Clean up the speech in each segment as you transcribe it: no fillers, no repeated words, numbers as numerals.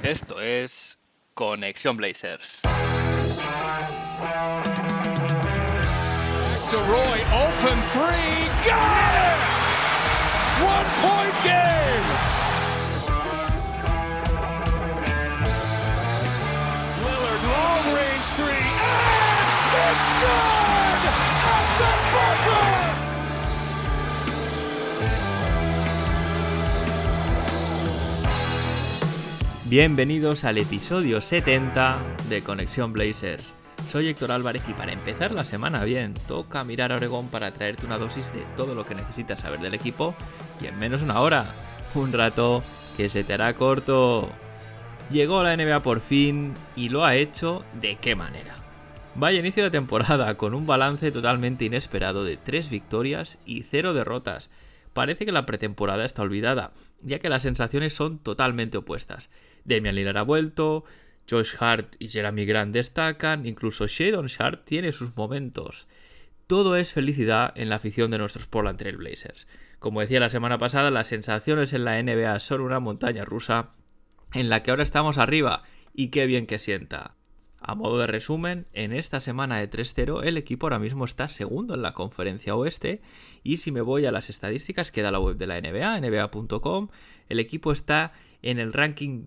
Esto es Conexión Blazers. To Roy, open three, got it! 1 point game! Lillard, long range three, and it's good! At the buzzer! Bienvenidos al episodio 70 de Conexión Blazers. Soy Héctor Álvarez y para empezar la semana bien, toca mirar a Oregón para traerte una dosis de todo lo que necesitas saber del equipo y en menos una hora, un rato que se te hará corto. Llegó la NBA por fin y lo ha hecho ¿de qué manera? Vaya inicio de temporada con un balance totalmente inesperado de 3 victorias y 0 derrotas. Parece que la pretemporada está olvidada, ya que las sensaciones son totalmente opuestas. Damian Lillard ha vuelto, Josh Hart y Jeremy Grant destacan, incluso Shadon Sharpe tiene sus momentos. Todo es felicidad en la afición de nuestros Portland Trail Blazers. Como decía la semana pasada, las sensaciones en la NBA son una montaña rusa en la que ahora estamos arriba y qué bien que sienta. A modo de resumen, en esta semana de 3-0 el equipo ahora mismo está segundo en la conferencia oeste y si me voy a las estadísticas que da la web de la NBA, nba.com, el equipo está en el ranking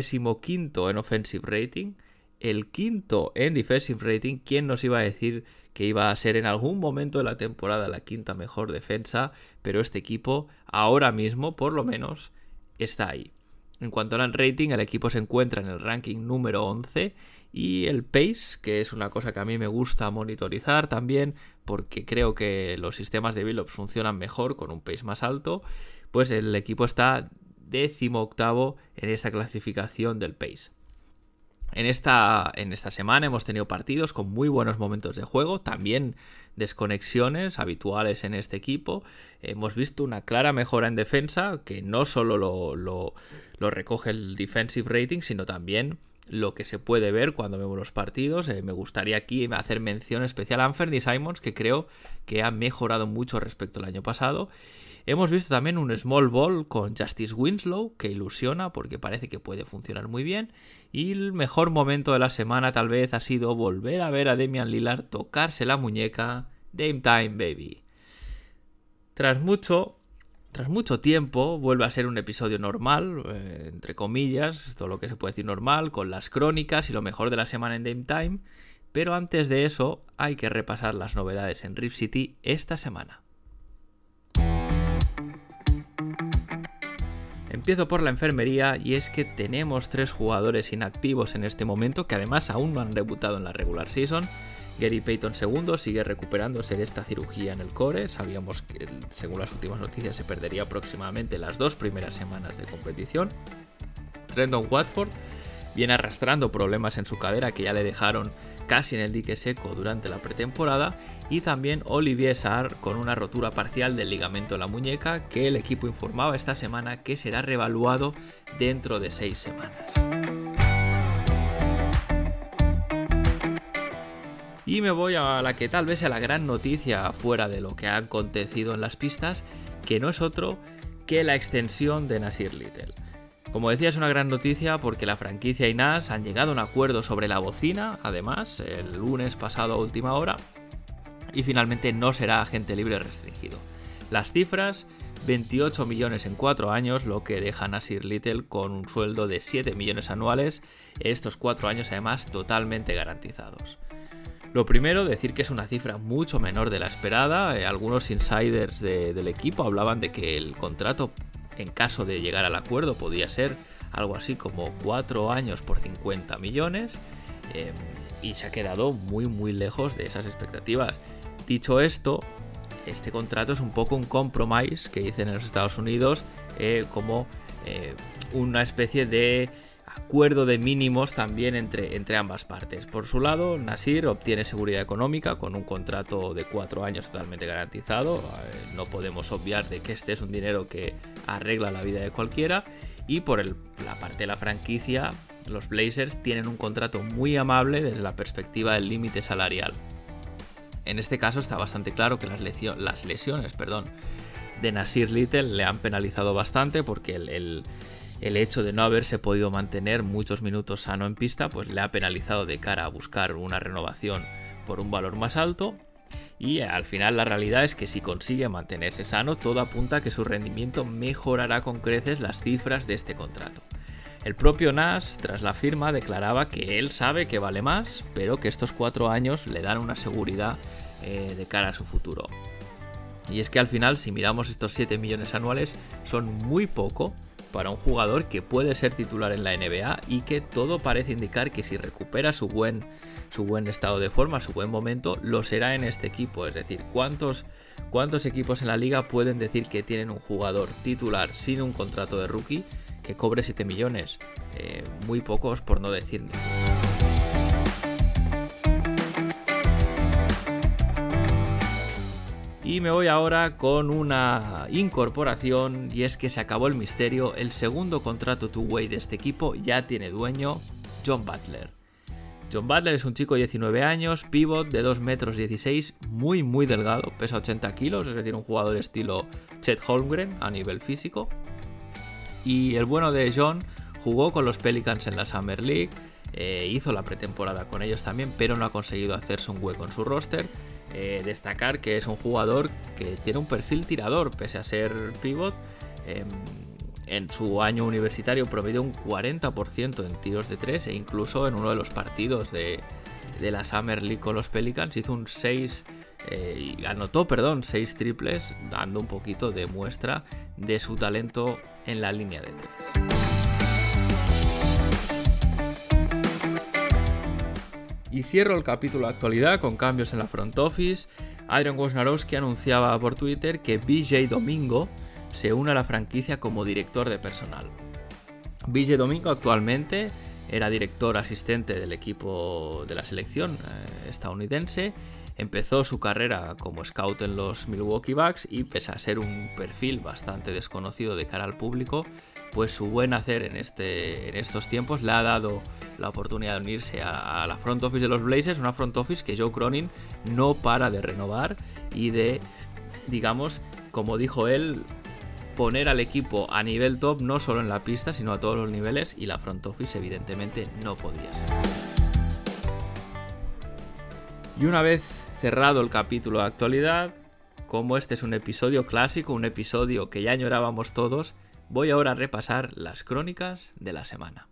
25º en offensive rating, el quinto en defensive rating. ¿Quién nos iba a decir que iba a ser en algún momento de la temporada la quinta mejor defensa? Pero este equipo ahora mismo, por lo menos, está ahí. En cuanto al rating, el equipo se encuentra en el ranking número 11 y el pace, que es una cosa que a mí me gusta monitorizar también porque creo que los sistemas de build-ups funcionan mejor con un pace más alto, pues el equipo está 18º en esta clasificación del pace. En esta semana hemos tenido partidos con muy buenos momentos de juego, también desconexiones habituales en este equipo. Hemos visto una clara mejora en defensa, que no solo lo recoge el defensive rating, sino también lo que se puede ver cuando vemos los partidos. Me gustaría aquí hacer mención especial a Anthony Simons, que creo que ha mejorado mucho respecto al año pasado. Hemos visto también un small ball con Justice Winslow, que ilusiona porque parece que puede funcionar muy bien. Y el mejor momento de la semana tal vez ha sido volver a ver a Damian Lillard tocarse la muñeca. Dame time, baby. Tras mucho tiempo vuelve a ser un episodio normal, entre comillas, todo lo que se puede decir normal, con las crónicas y lo mejor de la semana en Dame Time. Pero antes de eso hay que repasar las novedades en Rip City esta semana. Empiezo por la enfermería y es que tenemos 3 jugadores inactivos en este momento que además aún no han debutado en la regular season. Gary Payton II sigue recuperándose de esta cirugía en el core. Sabíamos que según las últimas noticias se perdería aproximadamente las 2 primeras semanas de competición. Trendon Watford viene arrastrando problemas en su cadera que ya le dejaron casi en el dique seco durante la pretemporada, y también Olivier Sarr con una rotura parcial del ligamento de la muñeca que el equipo informaba esta semana que será reevaluado dentro de 6 semanas. Y me voy a la que tal vez sea la gran noticia fuera de lo que ha acontecido en las pistas, que no es otro que la extensión de Nasir Little. Como decía, es una gran noticia porque la franquicia y Nas han llegado a un acuerdo sobre la bocina, además, el lunes pasado a última hora, y finalmente no será agente libre restringido. Las cifras, 28 millones en 4 años, lo que deja a Nasir Little con un sueldo de 7 millones anuales, estos 4 años además totalmente garantizados. Lo primero, decir que es una cifra mucho menor de la esperada. Algunos insiders del equipo hablaban de que el contrato, en caso de llegar al acuerdo, podía ser algo así como 4 años por 50 millones y se ha quedado muy muy lejos de esas expectativas. Dicho esto, este contrato es un poco un compromise que dicen en los Estados Unidos, como una especie de acuerdo de mínimos también entre ambas partes. Por su lado, Nasir obtiene seguridad económica con un contrato de 4 años totalmente garantizado. No podemos obviar de que este es un dinero que arregla la vida de cualquiera. Y por la parte de la franquicia, los Blazers tienen un contrato muy amable desde la perspectiva del límite salarial. En este caso está bastante claro que las lesiones de Nasir Little le han penalizado bastante porque el hecho de no haberse podido mantener muchos minutos sano en pista pues le ha penalizado de cara a buscar una renovación por un valor más alto, y al final la realidad es que si consigue mantenerse sano, todo apunta a que su rendimiento mejorará con creces las cifras de este contrato. El propio Nash, tras la firma, declaraba que él sabe que vale más, pero que estos 4 años le dan una seguridad de cara a su futuro. Y es que al final, si miramos estos 7 millones anuales, son muy poco para un jugador que puede ser titular en la NBA y que todo parece indicar que si recupera su buen estado de forma, su buen momento, lo será en este equipo. Es decir, ¿cuántos equipos en la liga pueden decir que tienen un jugador titular sin un contrato de rookie que cobre 7 millones? Muy pocos, por no decir ninguno. Y me voy ahora con una incorporación, y es que se acabó el misterio. El segundo contrato two-way de este equipo ya tiene dueño, John Butler. John Butler es un chico de 19 años, pivot de 2 metros 16, muy delgado, pesa 80 kilos, es decir, un jugador estilo Chet Holmgren a nivel físico. Y el bueno de John jugó con los Pelicans en la Summer League, hizo la pretemporada con ellos también, pero no ha conseguido hacerse un hueco en su roster. Destacar que es un jugador que tiene un perfil tirador, pese a ser pivot. En su año universitario promedió un 40% en tiros de 3, e incluso en uno de los partidos de la Summer League con los Pelicans hizo un 6 triples, dando un poquito de muestra de su talento en la línea de 3. Y cierro el capítulo de actualidad con cambios en la front office. Adrian Wojnarowski anunciaba por Twitter que BJ Domingo se une a la franquicia como director de personal. BJ Domingo actualmente era director asistente del equipo de la selección estadounidense. Empezó su carrera como scout en los Milwaukee Bucks y, pese a ser un perfil bastante desconocido de cara al público, pues su buen hacer en estos tiempos le ha dado la oportunidad de unirse a la front office de los Blazers, una front office que Joe Cronin no para de renovar y de, digamos, como dijo él, poner al equipo a nivel top, no solo en la pista, sino a todos los niveles, y la front office evidentemente no podría ser. Y una vez cerrado el capítulo de actualidad, como este es un episodio clásico, un episodio que ya añorábamos todos, voy ahora a repasar las crónicas de la semana.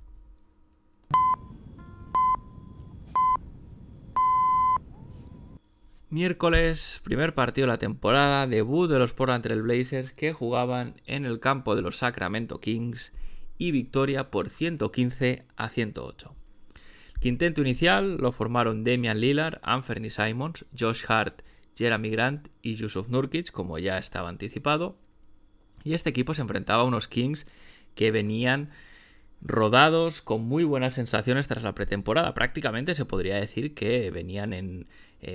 Miércoles, primer partido de la temporada, debut de los Portland Trail Blazers, que jugaban en el campo de los Sacramento Kings, y victoria por 115-108. El quinteto inicial lo formaron Damian Lillard, Anthony Simons, Josh Hart, Jerami Grant y Jusuf Nurkic, como ya estaba anticipado. Y este equipo se enfrentaba a unos Kings que venían rodados, con muy buenas sensaciones tras la pretemporada. Prácticamente se podría decir que venían en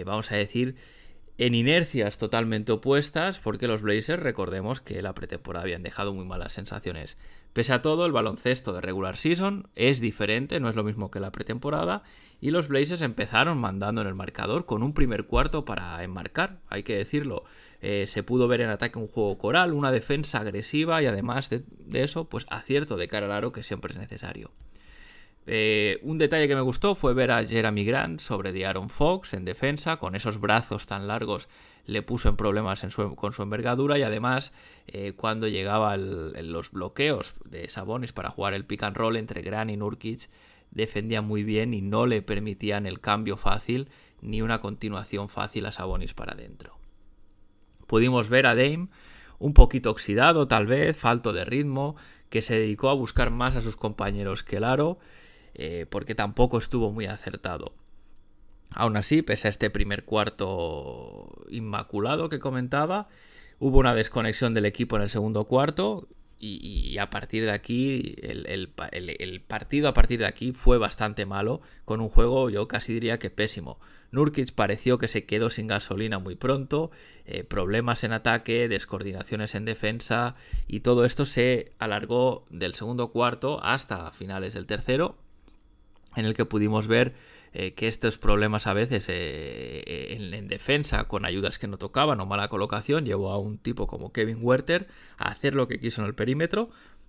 inercias totalmente opuestas, porque los Blazers, recordemos que la pretemporada habían dejado muy malas sensaciones. Pese a todo, el baloncesto de regular season es diferente, no es lo mismo que la pretemporada, y los Blazers empezaron mandando en el marcador con un primer cuarto para enmarcar, hay que decirlo. Se pudo ver en ataque un juego coral, una defensa agresiva y, además de eso, pues acierto de cara al aro, que siempre es necesario. Un detalle que me gustó fue ver a Jerami Grant sobre De'Aaron Fox en defensa. Con esos brazos tan largos le puso en problemas con su envergadura, y además cuando llegaba los bloqueos de Sabonis para jugar el pick and roll entre Grant y Nurkic, defendía muy bien y no le permitían el cambio fácil ni una continuación fácil a Sabonis para adentro. Pudimos ver a Dame un poquito oxidado, tal vez, falto de ritmo, que se dedicó a buscar más a sus compañeros que el aro, porque tampoco estuvo muy acertado. Aún así, pese a este primer cuarto inmaculado que comentaba, hubo una desconexión del equipo en el segundo cuarto, y a partir de aquí, el partido a partir de aquí fue bastante malo, con un juego yo casi diría que pésimo. Nurkic pareció que se quedó sin gasolina muy pronto, problemas en ataque, descoordinaciones en defensa, y todo esto se alargó del segundo cuarto hasta finales del tercero, en el que pudimos ver que estos problemas a veces en defensa, con ayudas que no tocaban o mala colocación, llevó a un tipo como Kevin Huerter a hacer lo que quiso en el perímetro,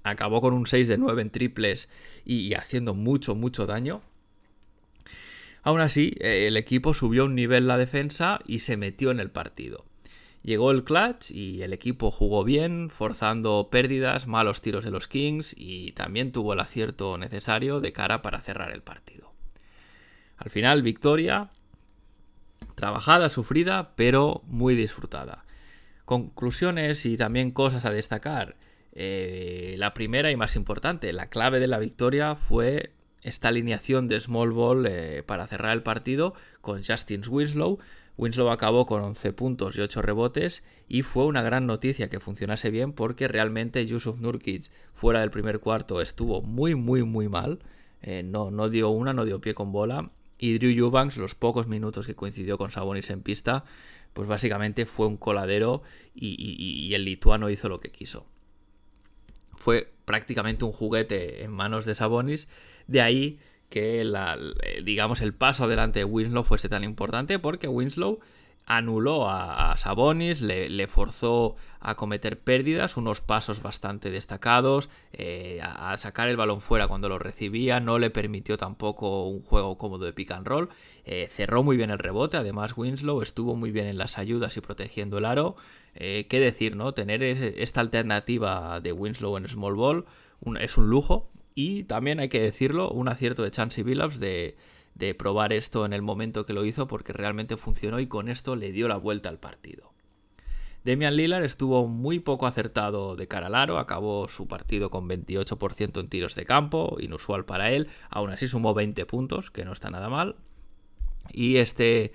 acabó con un 6 de 9 en triples y haciendo mucho daño. Aún así, el equipo subió un nivel la defensa y se metió en el partido. Llegó el clutch y el equipo jugó bien, forzando pérdidas, malos tiros de los Kings y también tuvo el acierto necesario de cara para cerrar el partido. Al final, victoria, trabajada, sufrida, pero muy disfrutada. Conclusiones y también cosas a destacar. La primera y más importante, la clave de la victoria fue esta alineación de small ball para cerrar el partido con Justise Winslow. Winslow acabó con 11 puntos y 8 rebotes y fue una gran noticia que funcionase bien porque realmente Jusuf Nurkic fuera del primer cuarto estuvo muy mal. No dio pie con bola, y Drew Eubanks, los pocos minutos que coincidió con Sabonis en pista, pues básicamente fue un coladero y el lituano hizo lo que quiso. Fue prácticamente un juguete en manos de Sabonis, de ahí que el paso adelante de Winslow fuese tan importante, porque Winslow anuló a Sabonis, le forzó a cometer pérdidas, unos pasos bastante destacados, a sacar el balón fuera cuando lo recibía, no le permitió tampoco un juego cómodo de pick and roll, cerró muy bien el rebote, además Winslow estuvo muy bien en las ayudas y protegiendo el aro. Qué decir, ¿no? Tener esta alternativa de Winslow en small ball es un lujo, y también hay que decirlo, un acierto de Chauncey Billups de probar esto en el momento que lo hizo, porque realmente funcionó y con esto le dio la vuelta al partido. Damian Lillard estuvo muy poco acertado de cara al aro, acabó su partido con 28% en tiros de campo, inusual para él, aún así sumó 20 puntos, que no está nada mal, y este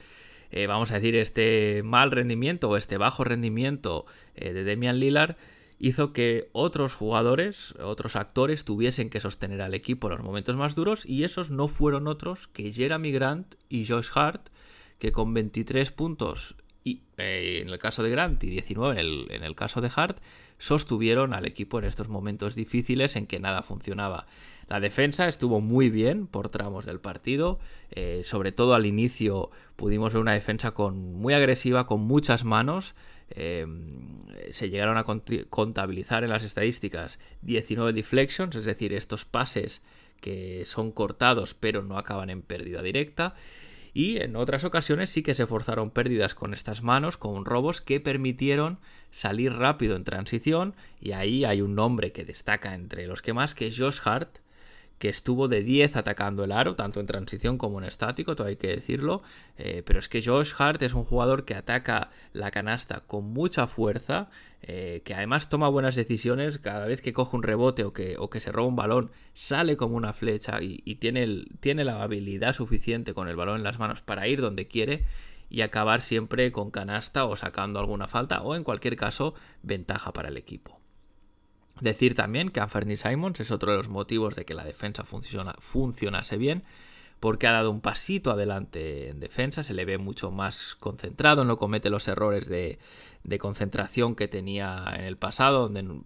mal rendimiento o este bajo rendimiento de Damian Lillard hizo que otros jugadores, otros actores tuviesen que sostener al equipo en los momentos más duros, y esos no fueron otros que Jerami Grant y Josh Hart, que con 23 puntos en el caso de Grant y 19 en el caso de Hart, sostuvieron al equipo en estos momentos difíciles en que nada funcionaba. La defensa estuvo muy bien por tramos del partido, sobre todo al inicio pudimos ver una defensa muy agresiva, con muchas manos. Se llegaron a contabilizar en las estadísticas 19 deflections, es decir, estos pases que son cortados pero no acaban en pérdida directa. Y en otras ocasiones sí que se forzaron pérdidas con estas manos, con robos que permitieron salir rápido en transición, y ahí hay un nombre que destaca entre los que más, que es Josh Hart, que estuvo de 10 atacando el aro, tanto en transición como en estático, todo hay que decirlo, pero es que Josh Hart es un jugador que ataca la canasta con mucha fuerza, que además toma buenas decisiones. Cada vez que coge un rebote o que se roba un balón, sale como una flecha y tiene la habilidad suficiente con el balón en las manos para ir donde quiere y acabar siempre con canasta o sacando alguna falta, o en cualquier caso ventaja para el equipo. Decir también que Anfernee Simons es otro de los motivos de que la defensa funcionase bien, porque ha dado un pasito adelante en defensa, se le ve mucho más concentrado, no comete los errores de concentración que tenía en el pasado, donde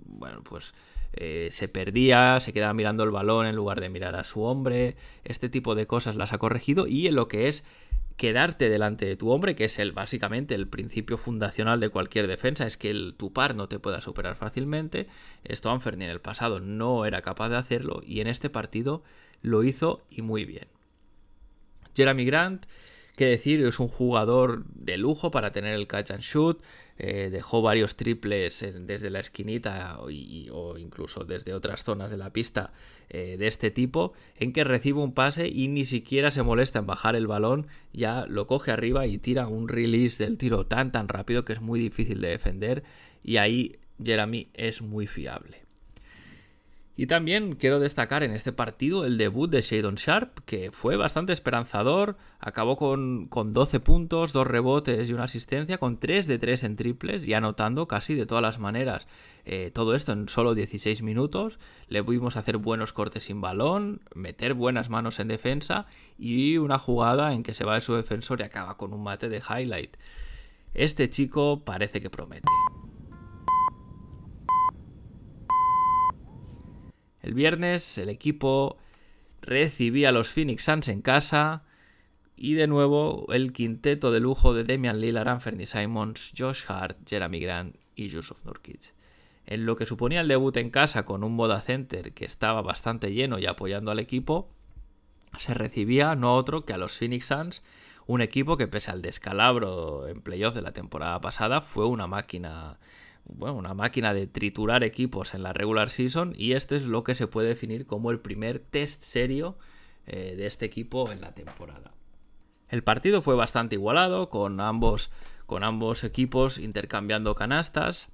se perdía, se quedaba mirando el balón en lugar de mirar a su hombre. Este tipo de cosas las ha corregido, y en lo que es quedarte delante de tu hombre, que es básicamente el principio fundacional de cualquier defensa, es que tu par no te pueda superar fácilmente. Esto Anfernee en el pasado no era capaz de hacerlo, y en este partido lo hizo, y muy bien. Jerami Grant, qué decir, es un jugador de lujo para tener el catch and shoot. Dejó varios triples desde la esquinita o incluso desde otras zonas de la pista de este tipo, en que recibe un pase y ni siquiera se molesta en bajar el balón, ya lo coge arriba y tira un release del tiro tan rápido que es muy difícil de defender, y ahí Jerami es muy fiable. Y también quiero destacar en este partido el debut de Shadon Sharp, que fue bastante esperanzador. Acabó con 12 puntos, 2 rebotes y una asistencia, con 3 de 3 en triples y anotando casi de todas las maneras. Todo esto en solo 16 minutos. Le pudimos hacer buenos cortes sin balón, meter buenas manos en defensa, y una jugada en que se va de su defensor y acaba con un mate de highlight. Este chico parece que promete. El viernes el equipo recibía a los Phoenix Suns en casa, y de nuevo el quinteto de lujo de Damian Lillard, Anfernee Simons, Josh Hart, Jerami Grant y Jusuf Nurkic. En lo que suponía el debut en casa con un Moda Center que estaba bastante lleno y apoyando al equipo, se recibía no otro que a los Phoenix Suns, un equipo que pese al descalabro en playoff de la temporada pasada fue una máquina de triturar equipos en la regular season, y este es lo que se puede definir como el primer test serio de este equipo en la temporada. El partido fue bastante igualado, con ambos equipos intercambiando canastas,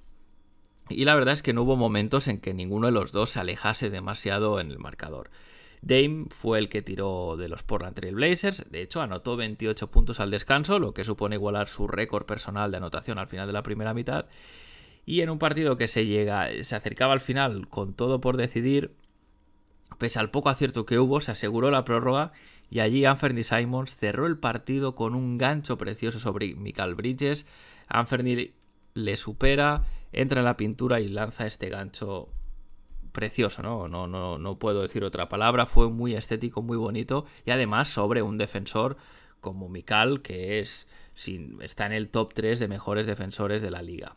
y la verdad es que no hubo momentos en que ninguno de los dos se alejase demasiado en el marcador. Dame fue el que tiró de los Portland Trail Blazers, de hecho anotó 28 puntos al descanso, lo que supone igualar su récord personal de anotación al final de la primera mitad, y en un partido que se acercaba al final con todo por decidir, pese al poco acierto que hubo, se aseguró la prórroga, y allí Anthony Simons cerró el partido con un gancho precioso sobre Mikal Bridges. Anthony le supera, entra en la pintura y lanza este gancho precioso, no puedo decir otra palabra. Fue muy estético, muy bonito, y además sobre un defensor como Mikal, que está en el top 3 de mejores defensores de la liga.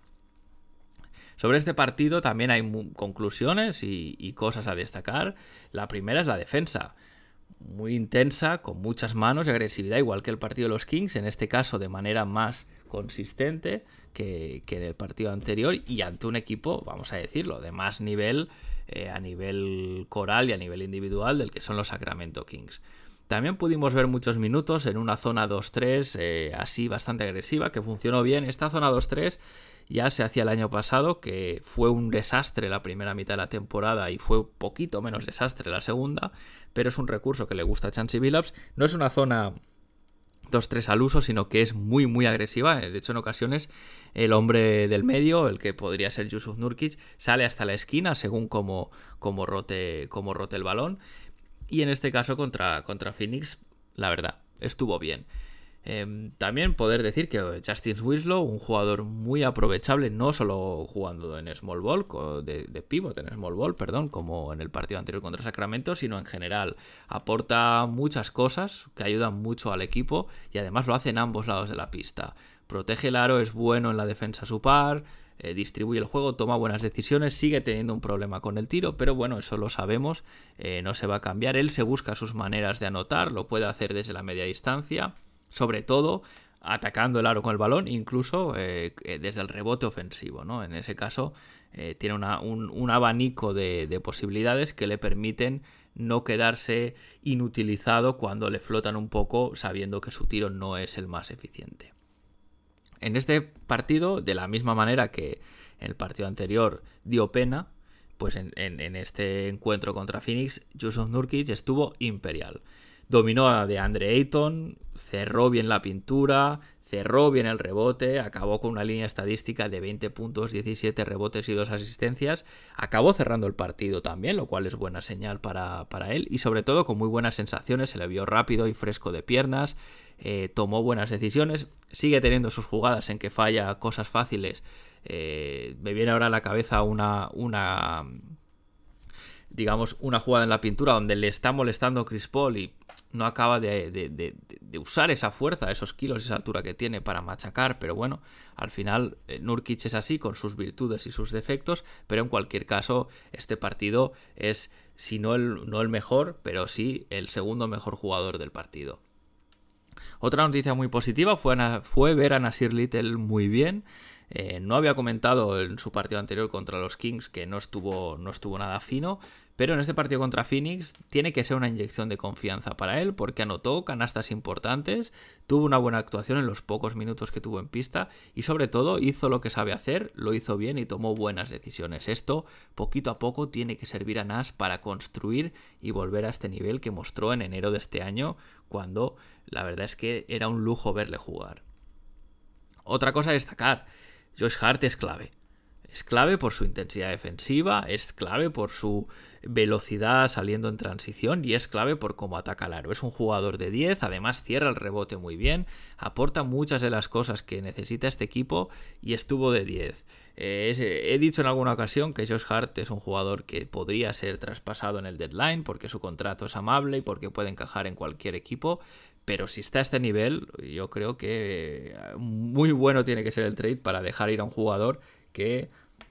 Sobre este partido también hay conclusiones y cosas a destacar. La primera es la defensa, muy intensa, con muchas manos y agresividad, igual que el partido de los Kings, en este caso de manera más consistente que en el partido anterior, y ante un equipo, vamos a decirlo, de más nivel a nivel coral y a nivel individual del que son los Sacramento Kings. También pudimos ver muchos minutos en una zona 2-3 así bastante agresiva, que funcionó bien. Esta zona 2-3 ya se hacía el año pasado, que fue un desastre la primera mitad de la temporada y fue poquito menos desastre la segunda, pero es un recurso que le gusta a Chauncey Billups. No es una zona 2-3 al uso, sino que es muy muy agresiva. De hecho, en ocasiones el hombre del medio, el que podría ser Jusuf Nurkic, sale hasta la esquina según cómo rote el balón. Y en este caso contra Phoenix, la verdad, estuvo bien. También poder decir que Justice Winslow, un jugador muy aprovechable, no solo jugando en small ball, de pivot en small ball, como en el partido anterior contra Sacramento, sino en general. Aporta muchas cosas que ayudan mucho al equipo, y además lo hace en ambos lados de la pista. Protege el aro, es bueno en la defensa a su par, distribuye el juego, toma buenas decisiones, sigue teniendo un problema con el tiro, pero bueno, eso lo sabemos, no se va a cambiar. Él se busca sus maneras de anotar, lo puede hacer desde la media distancia, sobre todo atacando el aro con el balón, incluso desde el rebote ofensivo, ¿no? En ese caso tiene un abanico de posibilidades que le permiten no quedarse inutilizado cuando le flotan un poco, sabiendo que su tiro no es el más eficiente. En este partido, de la misma manera que en el partido anterior dio pena, pues en este encuentro contra Phoenix, Jusuf Nurkic estuvo imperial. Dominó a DeAndre Ayton, cerró bien la pintura, cerró bien el rebote, acabó con una línea estadística de 20 puntos, 17 rebotes y 2 asistencias. Acabó cerrando el partido también, lo cual es buena señal para él, y sobre todo con muy buenas sensaciones. Se le vio rápido y fresco de piernas, tomó buenas decisiones, sigue teniendo sus jugadas en que falla cosas fáciles. Me viene ahora a la cabeza una jugada en la pintura donde le está molestando Chris Paul y no acaba de usar esa fuerza, esos kilos, esa altura que tiene para machacar, pero bueno, al final Nurkic es así, con sus virtudes y sus defectos, pero en cualquier caso este partido es, si no el mejor, pero sí el segundo mejor jugador del partido. Otra noticia muy positiva fue ver a Nasir Little muy bien. No había comentado en su partido anterior contra los Kings que no estuvo nada fino, pero en este partido contra Phoenix tiene que ser una inyección de confianza para él, porque anotó canastas importantes, tuvo una buena actuación en los pocos minutos que tuvo en pista y sobre todo hizo lo que sabe hacer, lo hizo bien y tomó buenas decisiones. Esto poquito a poco tiene que servir a Nash para construir y volver a este nivel que mostró en enero de este año, cuando la verdad es que era un lujo verle jugar. Otra cosa a destacar: Josh Hart es clave. Es clave por su intensidad defensiva, es clave por su velocidad saliendo en transición y es clave por cómo ataca el aro. Es un jugador de 10, además cierra el rebote muy bien, aporta muchas de las cosas que necesita este equipo y estuvo de 10. He dicho en alguna ocasión que Josh Hart es un jugador que podría ser traspasado en el deadline porque su contrato es amable y porque puede encajar en cualquier equipo. Pero si está a este nivel, yo creo que muy bueno tiene que ser el trade para dejar ir a un jugador que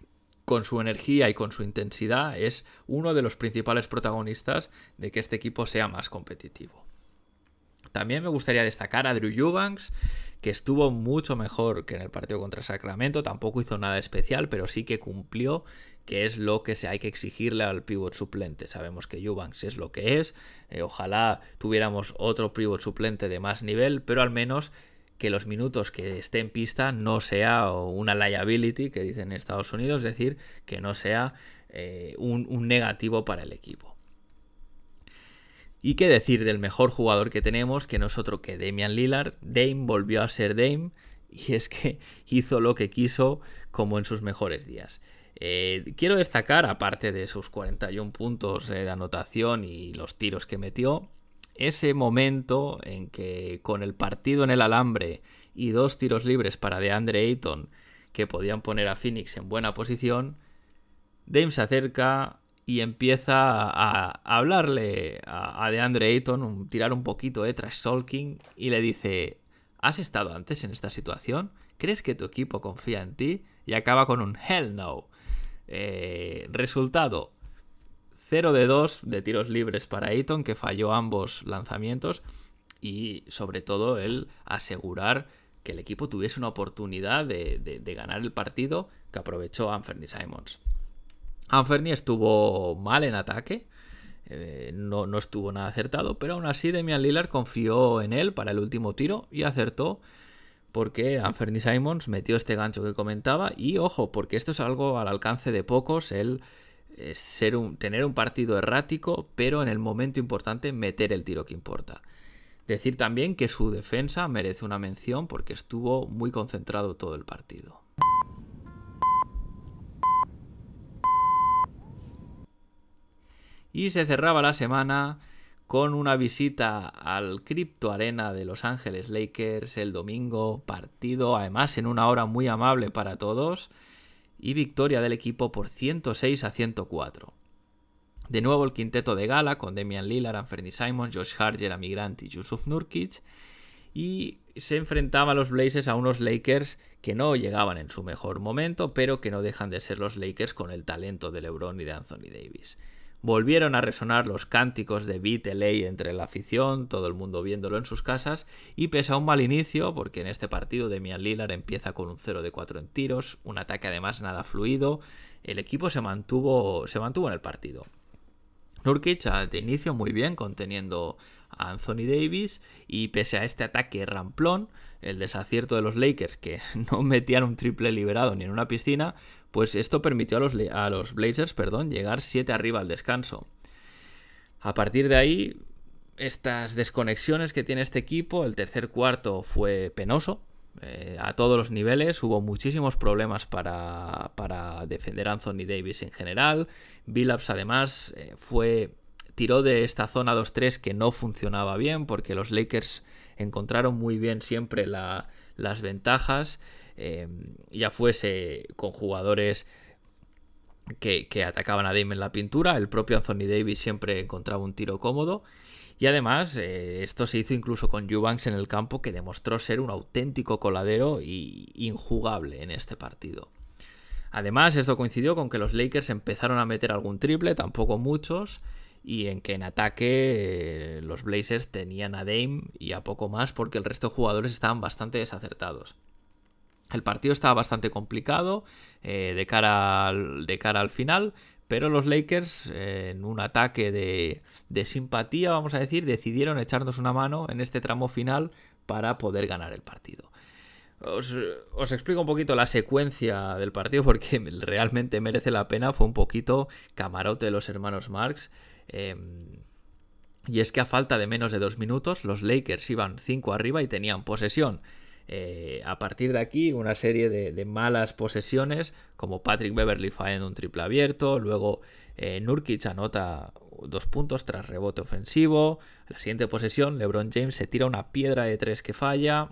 con su energía y con su intensidad, es uno de los principales protagonistas de que este equipo sea más competitivo. También me gustaría destacar a Drew Eubanks, que estuvo mucho mejor que en el partido contra Sacramento. Tampoco hizo nada especial, pero sí que cumplió, que es lo que hay que exigirle al pívot suplente. Sabemos que Eubanks es lo que es. Ojalá tuviéramos otro pívot suplente de más nivel, pero al menos que los minutos que esté en pista no sea una liability, que dicen en Estados Unidos, es decir, que no sea un negativo para el equipo. Y qué decir del mejor jugador que tenemos, que no es otro que Damian Lillard. Dame volvió a ser Dame, y es que hizo lo que quiso como en sus mejores días. Quiero destacar, aparte de sus 41 puntos de anotación y los tiros que metió, ese momento en que con el partido en el alambre y 2 tiros libres para DeAndre Ayton que podían poner a Phoenix en buena posición, Dame se acerca y empieza a hablarle a DeAndre Ayton, tirar un poquito de trash talking, y le dice: ¿has estado antes en esta situación? ¿Crees que tu equipo confía en ti? Y acaba con un hell no. Resultado: 0 de 2 de tiros libres para Ayton, que falló ambos lanzamientos, y sobre todo el asegurar que el equipo tuviese una oportunidad de ganar el partido, que aprovechó Anthony Simons. Anthony estuvo mal en ataque, no estuvo nada acertado, pero aún así Damian Lillard confió en él para el último tiro y acertó, porque Anthony Simons metió este gancho que comentaba. Y ojo, porque esto es algo al alcance de pocos, el tener un partido errático, pero en el momento importante meter el tiro que importa. Decir también que su defensa merece una mención, porque estuvo muy concentrado todo el partido. Y se cerraba la semana con una visita al Crypto Arena de Los Ángeles Lakers el domingo, partido además en una hora muy amable para todos, y victoria del equipo por 106-104. De nuevo el quinteto de gala con Damian Lillard, Anthony Simons, Josh Hart, Jerami Grant y Jusuf Nurkic, y se enfrentaba a los Blazers a unos Lakers que no llegaban en su mejor momento, pero que no dejan de ser los Lakers con el talento de LeBron y de Anthony Davis. Volvieron a resonar los cánticos de Beat LA entre la afición, todo el mundo viéndolo en sus casas, y pese a un mal inicio, porque en este partido Damian Lillard empieza con un 0 de 4 en tiros, un ataque además nada fluido, el equipo se mantuvo en el partido. Nurkic de inicio muy bien, conteniendo a Anthony Davis, y pese a este ataque ramplón, el desacierto de los Lakers, que no metían un triple liberado ni en una piscina, pues esto permitió a los Blazers llegar 7 arriba al descanso. A partir de ahí, estas desconexiones que tiene este equipo, el tercer cuarto fue penoso, a todos los niveles, hubo muchísimos problemas para defender a Anthony Davis en general. Billups además tiró de esta zona 2-3 que no funcionaba bien, porque los Lakers encontraron muy bien siempre las ventajas, ya fuese con jugadores que atacaban a Dame en la pintura, el propio Anthony Davis siempre encontraba un tiro cómodo, y además esto se hizo incluso con Eubanks en el campo, que demostró ser un auténtico coladero y injugable en este partido. Además, esto coincidió con que los Lakers empezaron a meter algún triple, tampoco muchos, y en que en ataque los Blazers tenían a Dame y a poco más, porque el resto de jugadores estaban bastante desacertados. El partido estaba bastante complicado de cara al final, pero los Lakers, en un ataque de simpatía, vamos a decir, decidieron echarnos una mano en este tramo final para poder ganar el partido. Os explico un poquito la secuencia del partido, porque realmente merece la pena. Fue un poquito camarote de los hermanos Marks. Y es que a falta de menos de 2 minutos, los Lakers iban 5 arriba y tenían posesión. A partir de aquí, una serie de malas posesiones, como Patrick Beverley fallando un triple abierto, luego Nurkic anota 2 puntos tras rebote ofensivo. La siguiente posesión, LeBron James se tira una piedra de 3 que falla,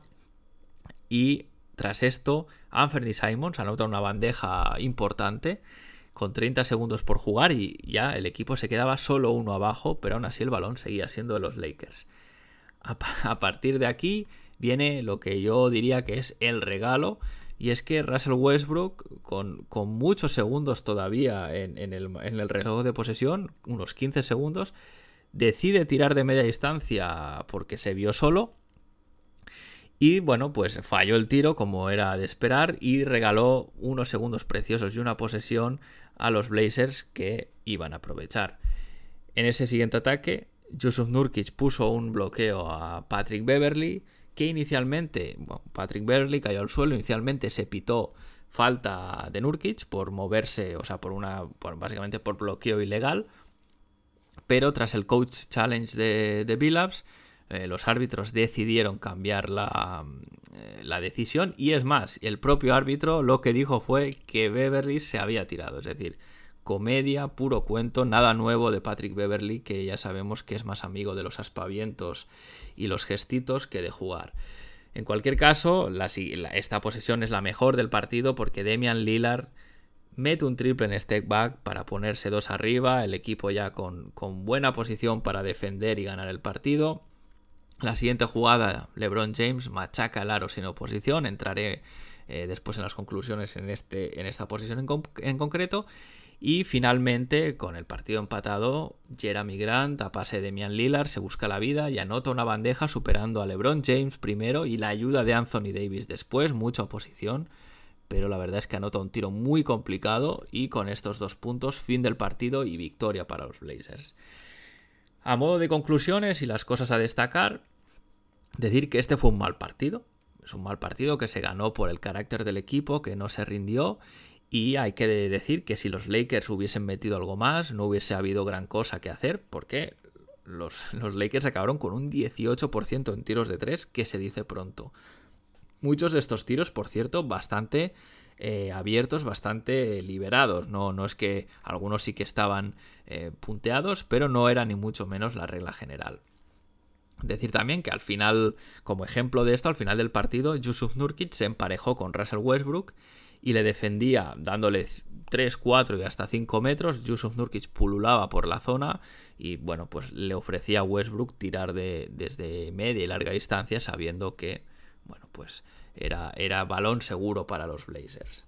y tras esto Anthony Simons anota una bandeja importante con 30 segundos por jugar, y ya el equipo se quedaba solo 1 abajo, pero aún así el balón seguía siendo de los Lakers. A partir de aquí viene lo que yo diría que es el regalo, Y es que Russell Westbrook, con muchos segundos todavía en el reloj de posesión, unos 15 segundos, decide tirar de media distancia porque se vio solo. Y bueno, pues falló el tiro como era de esperar y regaló unos segundos preciosos y una posesión a los Blazers que iban a aprovechar. En ese siguiente ataque, Jusuf Nurkic puso un bloqueo a Patrick Beverley, que inicialmente, Patrick Beverley cayó al suelo, inicialmente se pitó falta de Nurkic por moverse, o sea, básicamente por bloqueo ilegal, pero tras el coach challenge de Billups, los árbitros decidieron cambiar la decisión, y es más, el propio árbitro lo que dijo fue que Beverley se había tirado, es decir, comedia, puro cuento, nada nuevo de Patrick Beverley, que ya sabemos que es más amigo de los aspavientos y los gestitos que de jugar. En cualquier caso, esta posesión es la mejor del partido porque Damian Lillard mete un triple en step back para ponerse 2 arriba, el equipo ya con buena posición para defender y ganar el partido. La siguiente jugada, LeBron James machaca el aro sin oposición, entraré después en las conclusiones en esta posición en concreto. Y finalmente, con el partido empatado, Jeremy Grant, a pase de Damian Lillard, se busca la vida y anota una bandeja superando a LeBron James primero y la ayuda de Anthony Davis después, mucha oposición, pero la verdad es que anota un tiro muy complicado y con estos 2 puntos, fin del partido y victoria para los Blazers. A modo de conclusiones y las cosas a destacar, decir que este fue un mal partido. Es un mal partido que se ganó por el carácter del equipo, que no se rindió. Y hay que decir que si los Lakers hubiesen metido algo más, no hubiese habido gran cosa que hacer, porque los Lakers acabaron con un 18% en tiros de 3, que se dice pronto. Muchos de estos tiros, por cierto, bastante abiertos, bastante liberados. No es que algunos sí que estaban punteados, pero no era ni mucho menos la regla general. Decir también que al final, como ejemplo de esto, al final del partido, Jusuf Nurkic se emparejó con Russell Westbrook y le defendía dándole 3, 4 y hasta 5 metros. Jusuf Nurkic pululaba por la zona y bueno, pues le ofrecía a Westbrook tirar desde media y larga distancia, sabiendo que bueno, pues era balón seguro para los Blazers.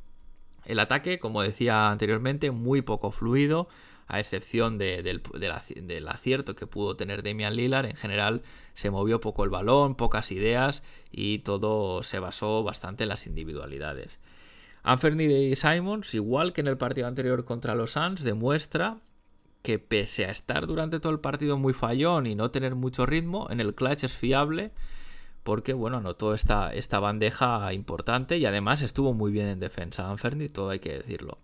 El ataque, como decía anteriormente, muy poco fluido, a excepción del acierto que pudo tener Damian Lillard. En general se movió poco el balón, pocas ideas y todo se basó bastante en las individualidades. Anthony Simons, igual que en el partido anterior contra los Suns, demuestra que pese a estar durante todo el partido muy fallón y no tener mucho ritmo, en el clutch es fiable porque bueno, anotó esta bandeja importante y además estuvo muy bien en defensa Anthony, todo hay que decirlo.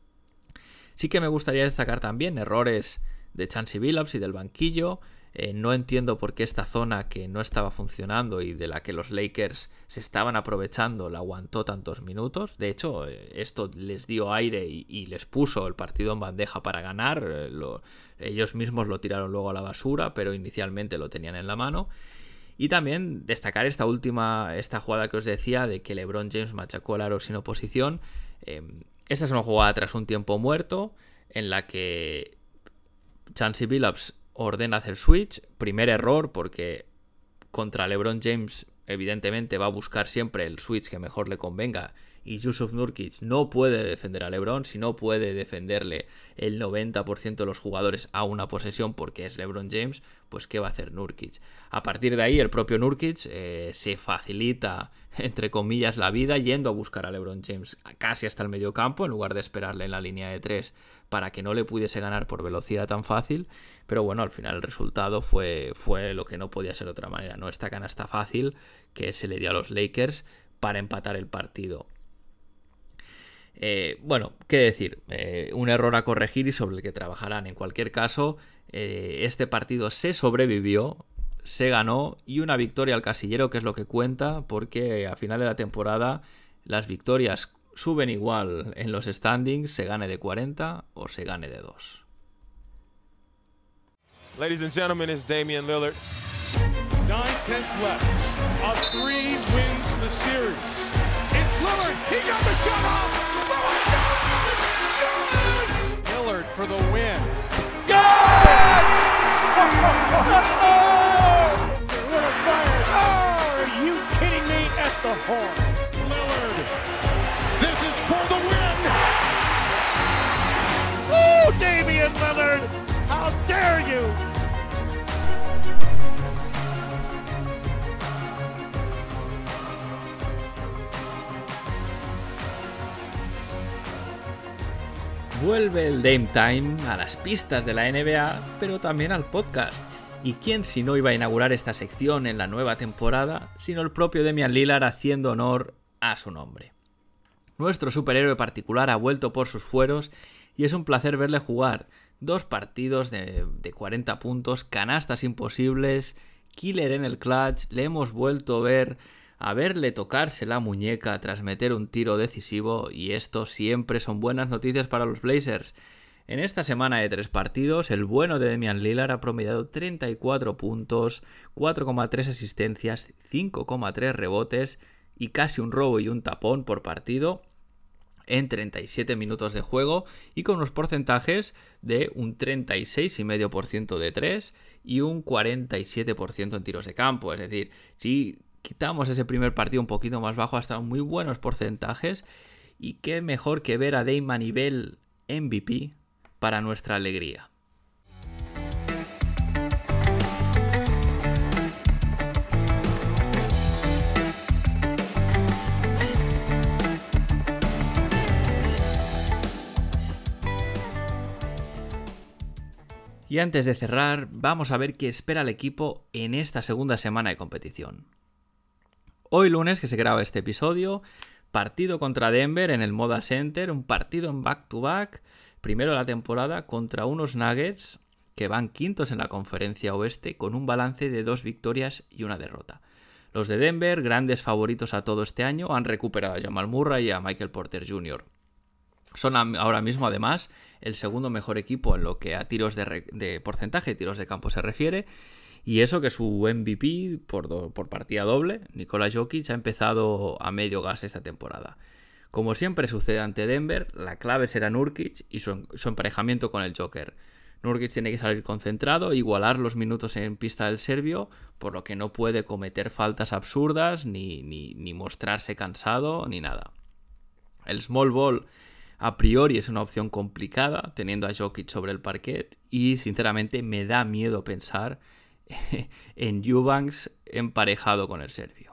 Sí que me gustaría destacar también errores de Chauncey Billups y del banquillo. No entiendo por qué esta zona que no estaba funcionando y de la que los Lakers se estaban aprovechando la aguantó tantos minutos. De hecho, esto les dio aire y les puso el partido en bandeja para ganar. Ellos mismos lo tiraron luego a la basura, pero inicialmente lo tenían en la mano. Y también destacar esta jugada que os decía de que LeBron James machacó el aro sin oposición. Esta es una jugada tras un tiempo muerto en la que Chauncey Billups ordena hacer switch. Primer error porque contra LeBron James evidentemente va a buscar siempre el switch que mejor le convenga y Jusuf Nurkic no puede defender a LeBron, si no puede defenderle el 90% de los jugadores a una posesión porque es LeBron James, pues ¿qué va a hacer Nurkic? A partir de ahí el propio Nurkic se facilita, entre comillas, la vida yendo a buscar a LeBron James casi hasta el mediocampo en lugar de esperarle en la línea de 3 para que no le pudiese ganar por velocidad tan fácil, pero bueno, al final el resultado fue lo que no podía ser de otra manera, ¿no? Esta canasta fácil que se le dio a los Lakers para empatar el partido. Bueno, qué decir, un error a corregir y sobre el que trabajarán. En cualquier caso, este partido se sobrevivió, se ganó y una victoria al casillero, que es lo que cuenta, porque a final de la temporada las victorias suben igual en los standings, se gane de 40 o se gane de 2. Ladies and gentlemen, it's Damian Lillard. 9/10 left. A 3 wins the series. It's Lillard. He got the shot off. Lillard for the win. Yes! Lillard fires. Oh, are you kidding me? At the horn. Lillard Vuelve el Dame Time a las pistas de la NBA, pero también al podcast. ¿Y quién si no iba a inaugurar esta sección en la nueva temporada, sino el propio Damian Lillard haciendo honor a su nombre? Nuestro superhéroe particular ha vuelto por sus fueros y es un placer verle jugar. 2 partidos de 40 puntos, canastas imposibles, killer en el clutch, le hemos vuelto a verle tocarse la muñeca tras meter un tiro decisivo y esto siempre son buenas noticias para los Blazers. En esta semana de 3 partidos, el bueno de Damian Lillard ha promediado 34 puntos, 4,3 asistencias, 5,3 rebotes y casi un robo y un tapón por partido en 37 minutos de juego y con unos porcentajes de un 36,5% de 3 y un 47% en tiros de campo. Es decir, si quitamos ese primer partido un poquito más bajo, hasta muy buenos porcentajes y qué mejor que ver a Dame a nivel MVP para nuestra alegría. Y antes de cerrar, vamos a ver qué espera el equipo en esta segunda semana de competición. Hoy lunes, que se graba este episodio, partido contra Denver en el Moda Center, un partido en back-to-back, primero de la temporada contra unos Nuggets que van quintos en la conferencia oeste con un balance de 2 victorias y 1 derrota. Los de Denver, grandes favoritos a todo este año, han recuperado a Jamal Murray y a Michael Porter Jr. Son ahora mismo, además, el segundo mejor equipo en lo que a tiros de porcentaje de tiros de campo se refiere. Y eso que su MVP por partida doble, Nikola Jokic, ha empezado a medio gas esta temporada. Como siempre sucede ante Denver, la clave será Nurkic y su emparejamiento con el Joker. Nurkic tiene que salir concentrado, igualar los minutos en pista del serbio, por lo que no puede cometer faltas absurdas, ni mostrarse cansado, ni nada. El small ball a priori es una opción complicada, teniendo a Jokic sobre el parquet, y sinceramente me da miedo pensar en Eubanks emparejado con el serbio.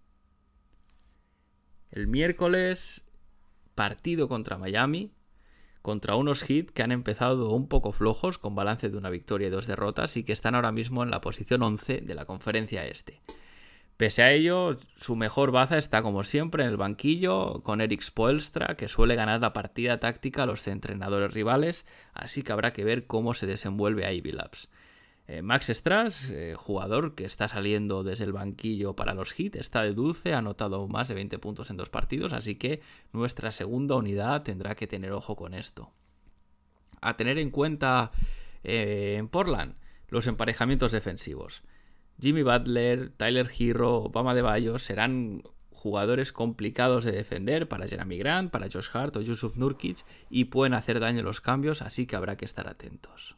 El miércoles, partido contra Miami, contra unos Heat que han empezado un poco flojos, con balance de 1 victoria y 2 derrotas, y que están ahora mismo en la posición 11 de la conferencia este. Pese a ello, su mejor baza está como siempre en el banquillo con Erik Spoelstra, que suele ganar la partida táctica a los entrenadores rivales, así que habrá que ver cómo se desenvuelve Ivy Labs. Max Strus, jugador que está saliendo desde el banquillo para los Heat, está de dulce, ha anotado más de 20 puntos en 2 partidos, así que nuestra segunda unidad tendrá que tener ojo con esto. A tener en cuenta en Portland, los emparejamientos defensivos. Jimmy Butler, Tyler Herro, Bam Adebayo serán jugadores complicados de defender para Jerami Grant, para Josh Hart o Jusuf Nurkic y pueden hacer daño en los cambios, así que habrá que estar atentos.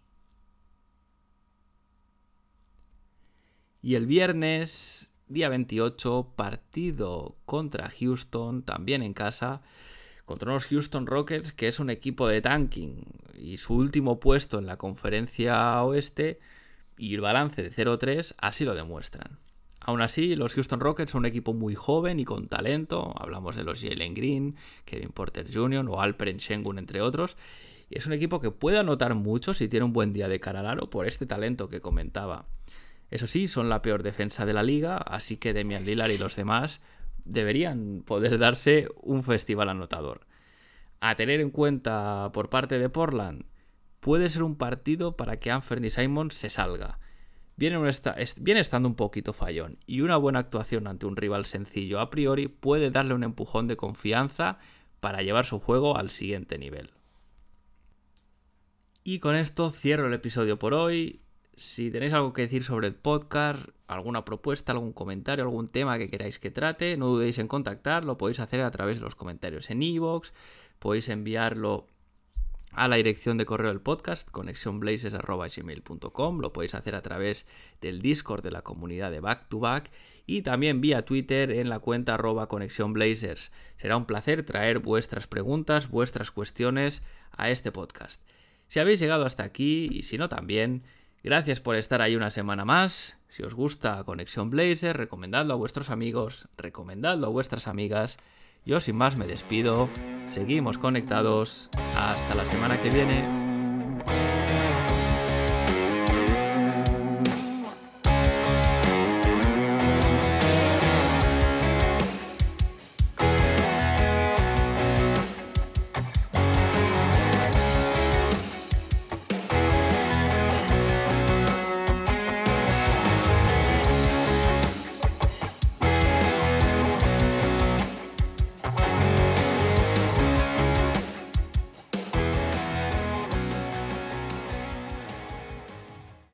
Y el viernes, día 28, partido contra Houston, también en casa, contra unos Houston Rockets, que es un equipo de tanking, y su último puesto en la conferencia oeste y el balance de 0-3 así lo demuestran. Aún así, los Houston Rockets son un equipo muy joven y con talento, hablamos de los Jalen Green, Kevin Porter Jr. o Alperen Sengun, entre otros, y es un equipo que puede anotar mucho si tiene un buen día de cara al aro por este talento que comentaba. Eso sí, son la peor defensa de la liga, así que Damian Lillard y los demás deberían poder darse un festival anotador. A tener en cuenta por parte de Portland, puede ser un partido para que Anthony Simons se salga. Viene estando un poquito fallón y una buena actuación ante un rival sencillo a priori puede darle un empujón de confianza para llevar su juego al siguiente nivel. Y con esto cierro el episodio por hoy. Si tenéis algo que decir sobre el podcast, alguna propuesta, algún comentario, algún tema que queráis que trate, no dudéis en contactar, lo podéis hacer a través de los comentarios en iVoox, podéis enviarlo a la dirección de correo del podcast, conexionblazers@gmail.com, lo podéis hacer a través del Discord de la comunidad de Back to Back y también vía Twitter en la cuenta @conexionblazers. Será un placer traer vuestras preguntas, vuestras cuestiones a este podcast. Si habéis llegado hasta aquí y si no también, gracias por estar ahí una semana más. Si os gusta Conexión Blazers, recomendadlo a vuestros amigos, recomendadlo a vuestras amigas. Yo sin más me despido. seguimos conectados. Hasta la semana que viene.